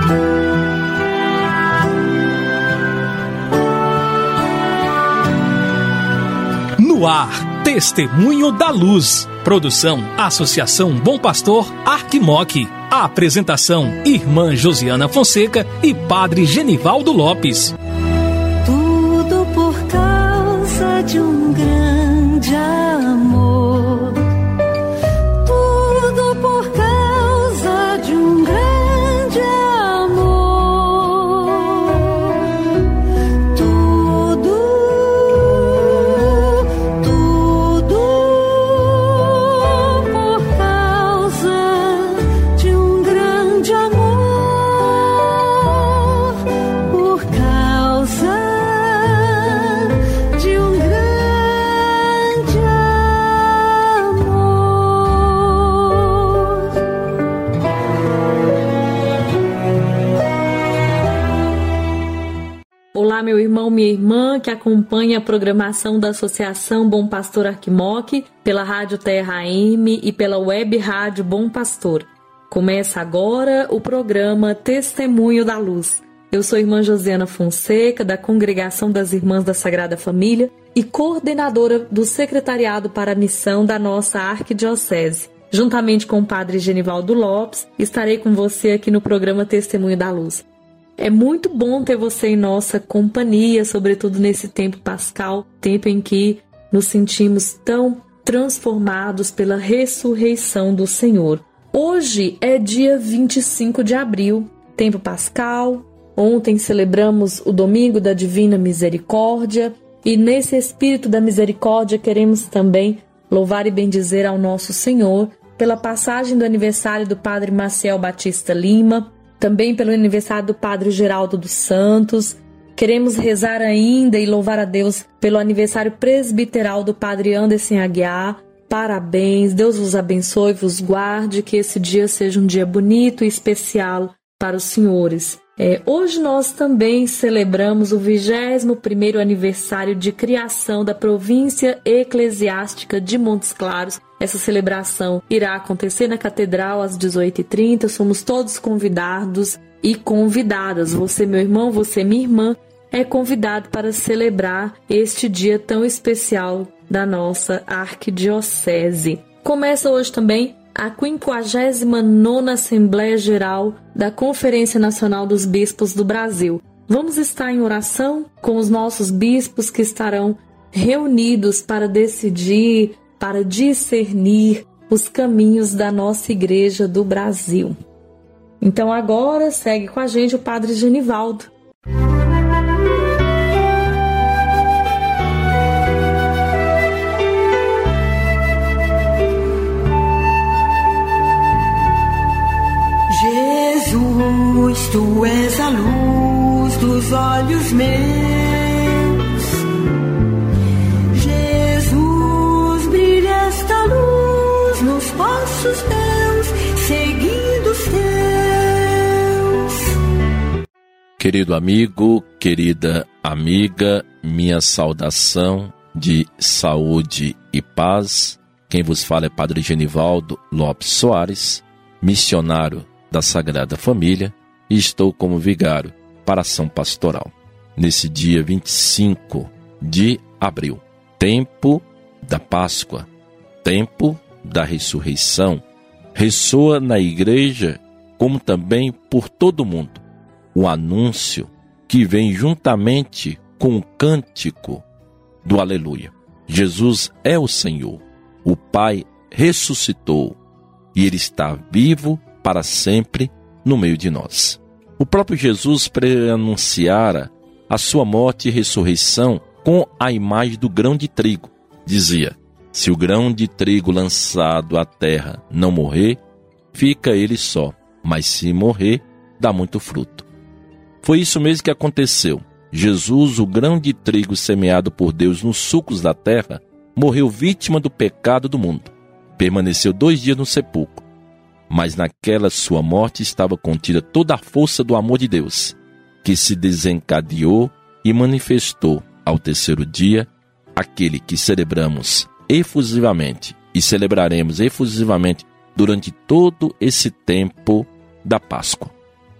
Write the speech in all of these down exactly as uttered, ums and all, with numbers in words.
No ar, Testemunho da Luz. Produção, Associação Bom Pastor Arquimoc. A apresentação, Irmã Josiana Fonseca e Padre Genivaldo Lopes. Tudo por causa de um grande amor. Tudo por causa de um grande amor. Tudo, tudo por causa de um grande amor. Por causa de um grande amor. Olá, meu irmão, minha irmã, que acompanha a programação da Associação Bom Pastor Arquimoc pela Rádio Terra A M e pela Web Rádio Bom Pastor. Começa agora o programa Testemunho da Luz. Eu sou a irmã Josiana Fonseca, da Congregação das Irmãs da Sagrada Família e coordenadora do Secretariado para a Missão da nossa Arquidiocese. Juntamente com o Padre Genivaldo Lopes, estarei com você aqui no programa Testemunho da Luz. É muito bom ter você em nossa companhia, sobretudo nesse tempo pascal, tempo em que nos sentimos tão transformados pela ressurreição do Senhor. Hoje é dia vinte e cinco de abril, tempo pascal. Ontem celebramos o Domingo da Divina Misericórdia e nesse espírito da misericórdia queremos também louvar e bendizer ao nosso Senhor pela passagem do aniversário do Padre Maciel Batista Lima, também pelo aniversário do Padre Geraldo dos Santos. Queremos rezar ainda e louvar a Deus pelo aniversário presbiteral do Padre Anderson Aguiar. Parabéns, Deus vos abençoe, vos guarde, que esse dia seja um dia bonito e especial para os senhores. É, hoje nós também celebramos o vigésimo primeiro aniversário de criação da província eclesiástica de Montes Claros. Essa celebração irá acontecer na Catedral às dezoito e trinta. Somos todos convidados e convidadas. Você, meu irmão, você, minha irmã, é convidado para celebrar este dia tão especial da nossa arquidiocese. Começa hoje também a quinquagésima nona Assembleia Geral da Conferência Nacional dos Bispos do Brasil. Vamos estar em oração com os nossos bispos que estarão reunidos para decidir, para discernir os caminhos da nossa Igreja do Brasil. Então agora segue com a gente o Padre Genivaldo. Jesus, tu és a luz dos olhos meus. Jesus, brilha esta luz nos passos teus, seguindo os teus. Querido amigo, querida amiga, minha saudação de saúde e paz. Quem vos fala é Padre Genivaldo Lopes Soares, missionário da Sagrada Família, e estou como vigário para a ação pastoral. Nesse dia vinte e cinco de abril, tempo da Páscoa, tempo da ressurreição, ressoa na igreja, como também por todo o mundo, o anúncio que vem juntamente com o cântico do Aleluia. Jesus é o Senhor, o Pai ressuscitou e Ele está vivo para sempre no meio de nós. O próprio Jesus preanunciara a sua morte e ressurreição com a imagem do grão de trigo. Dizia: se o grão de trigo lançado à terra não morrer, fica ele só, mas se morrer, dá muito fruto. Foi isso mesmo que aconteceu. Jesus, o grão de trigo semeado por Deus nos sulcos da terra, morreu vítima do pecado do mundo. Permaneceu dois dias no sepulcro. Mas naquela sua morte estava contida toda a força do amor de Deus, que se desencadeou e manifestou ao terceiro dia, aquele que celebramos efusivamente e celebraremos efusivamente durante todo esse tempo da Páscoa. No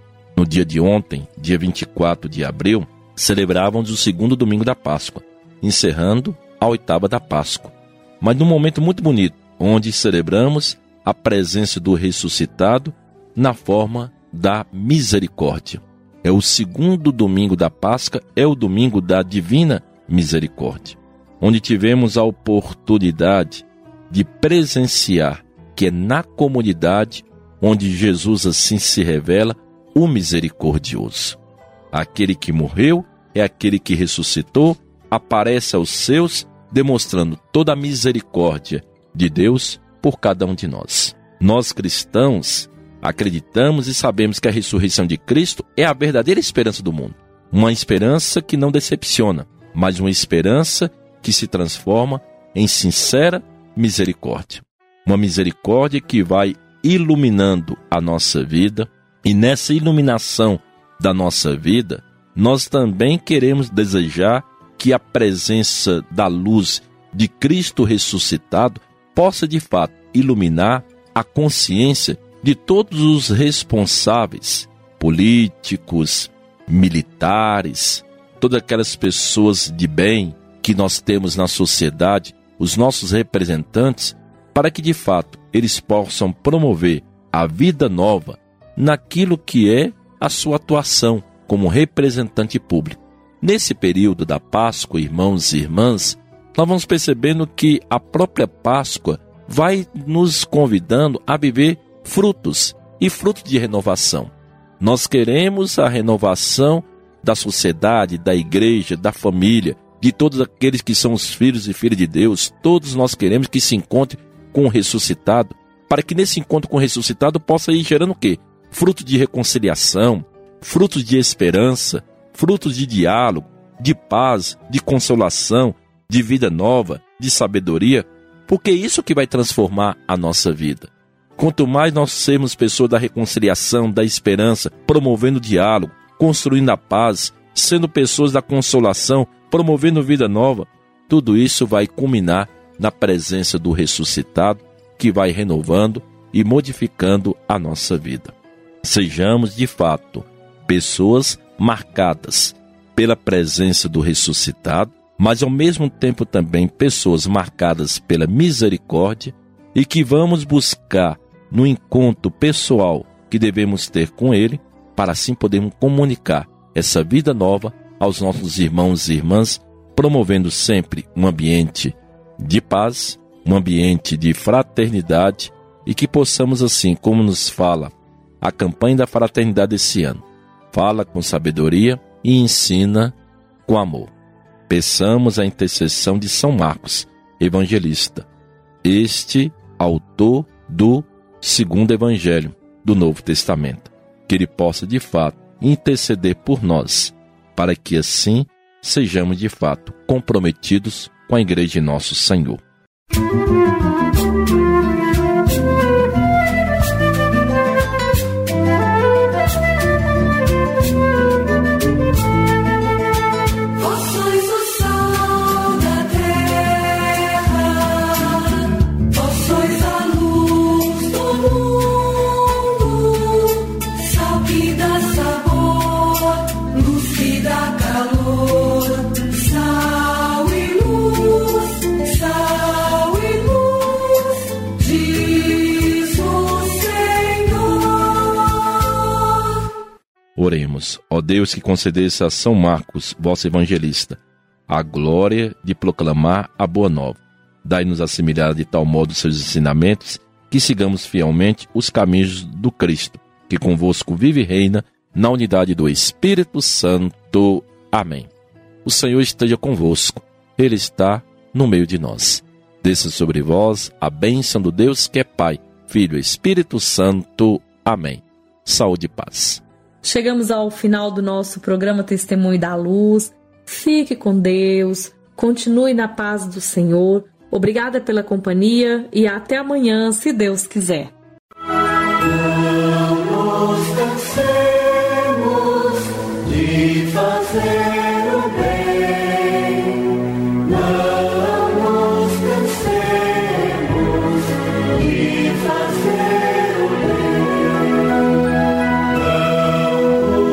no dia de ontem, dia vinte e quatro de abril, celebrávamos o segundo domingo da Páscoa, encerrando a oitava da Páscoa. Mas num momento muito bonito, onde celebramos a presença do ressuscitado na forma da misericórdia. É o segundo domingo da Páscoa, é o domingo da divina misericórdia, onde tivemos a oportunidade de presenciar que é na comunidade onde Jesus assim se revela o misericordioso. Aquele que morreu é aquele que ressuscitou, aparece aos seus, demonstrando toda a misericórdia de Deus por cada um de nós. Nós cristãos acreditamos e sabemos que a ressurreição de Cristo é a verdadeira esperança do mundo. Uma esperança que não decepciona, mas uma esperança que se transforma em sincera misericórdia. Uma misericórdia que vai iluminando a nossa vida, e nessa iluminação da nossa vida, nós também queremos desejar que a presença da luz de Cristo ressuscitado possa de fato iluminar a consciência de todos os responsáveis, políticos, militares, todas aquelas pessoas de bem que nós temos na sociedade, os nossos representantes, para que de fato eles possam promover a vida nova naquilo que é a sua atuação como representante público. Nesse período da Páscoa, irmãos e irmãs, nós vamos percebendo que a própria Páscoa vai nos convidando a viver frutos e frutos de renovação. Nós queremos a renovação da sociedade, da igreja, da família, de todos aqueles que são os filhos e filhas de Deus. Todos nós queremos que se encontre com o ressuscitado, para que nesse encontro com o ressuscitado possa ir gerando o quê? Frutos de reconciliação, frutos de esperança, frutos de diálogo, de paz, de consolação, de vida nova, de sabedoria, porque é isso que vai transformar a nossa vida. Quanto mais nós sermos pessoas da reconciliação, da esperança, promovendo o diálogo, construindo a paz, sendo pessoas da consolação, promovendo vida nova, tudo isso vai culminar na presença do ressuscitado, que vai renovando e modificando a nossa vida. Sejamos, de fato, pessoas marcadas pela presença do ressuscitado, mas ao mesmo tempo também pessoas marcadas pela misericórdia, e que vamos buscar no encontro pessoal que devemos ter com Ele, para assim podermos comunicar essa vida nova aos nossos irmãos e irmãs, promovendo sempre um ambiente de paz, um ambiente de fraternidade, e que possamos assim, como nos fala a campanha da fraternidade esse ano, fala com sabedoria e ensina com amor. Peçamos a intercessão de São Marcos, evangelista, este autor do segundo evangelho do Novo Testamento, que ele possa de fato interceder por nós, para que assim sejamos de fato comprometidos com a Igreja de Nosso Senhor. Oremos. Ó Deus, que concedesse a São Marcos, vosso evangelista, a glória de proclamar a boa nova. Dai-nos assimilar de tal modo seus ensinamentos, que sigamos fielmente os caminhos do Cristo, que convosco vive e reina, na unidade do Espírito Santo. Amém. O Senhor esteja convosco, Ele está no meio de nós. Desça sobre vós a bênção do Deus que é Pai, Filho e Espírito Santo. Amém. Saúde e paz. Chegamos ao final do nosso programa Testemunho da Luz. Fique com Deus, continue na paz do Senhor. Obrigada pela companhia e até amanhã, se Deus quiser. Não nos cansemos de fazer o bem, não nos cansemos de fazer o bem, não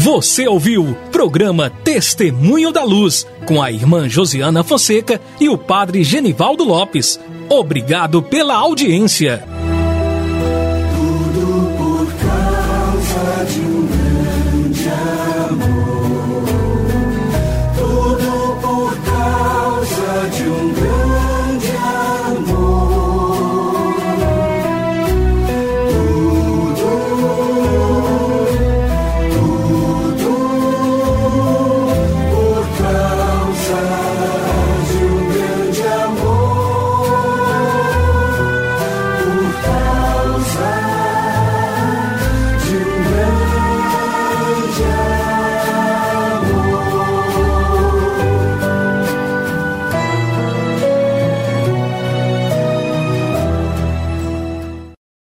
Você ouviu programa Testemunho da Luz, com a irmã Josiana Fonseca e o padre Genivaldo Lopes. Obrigado pela audiência.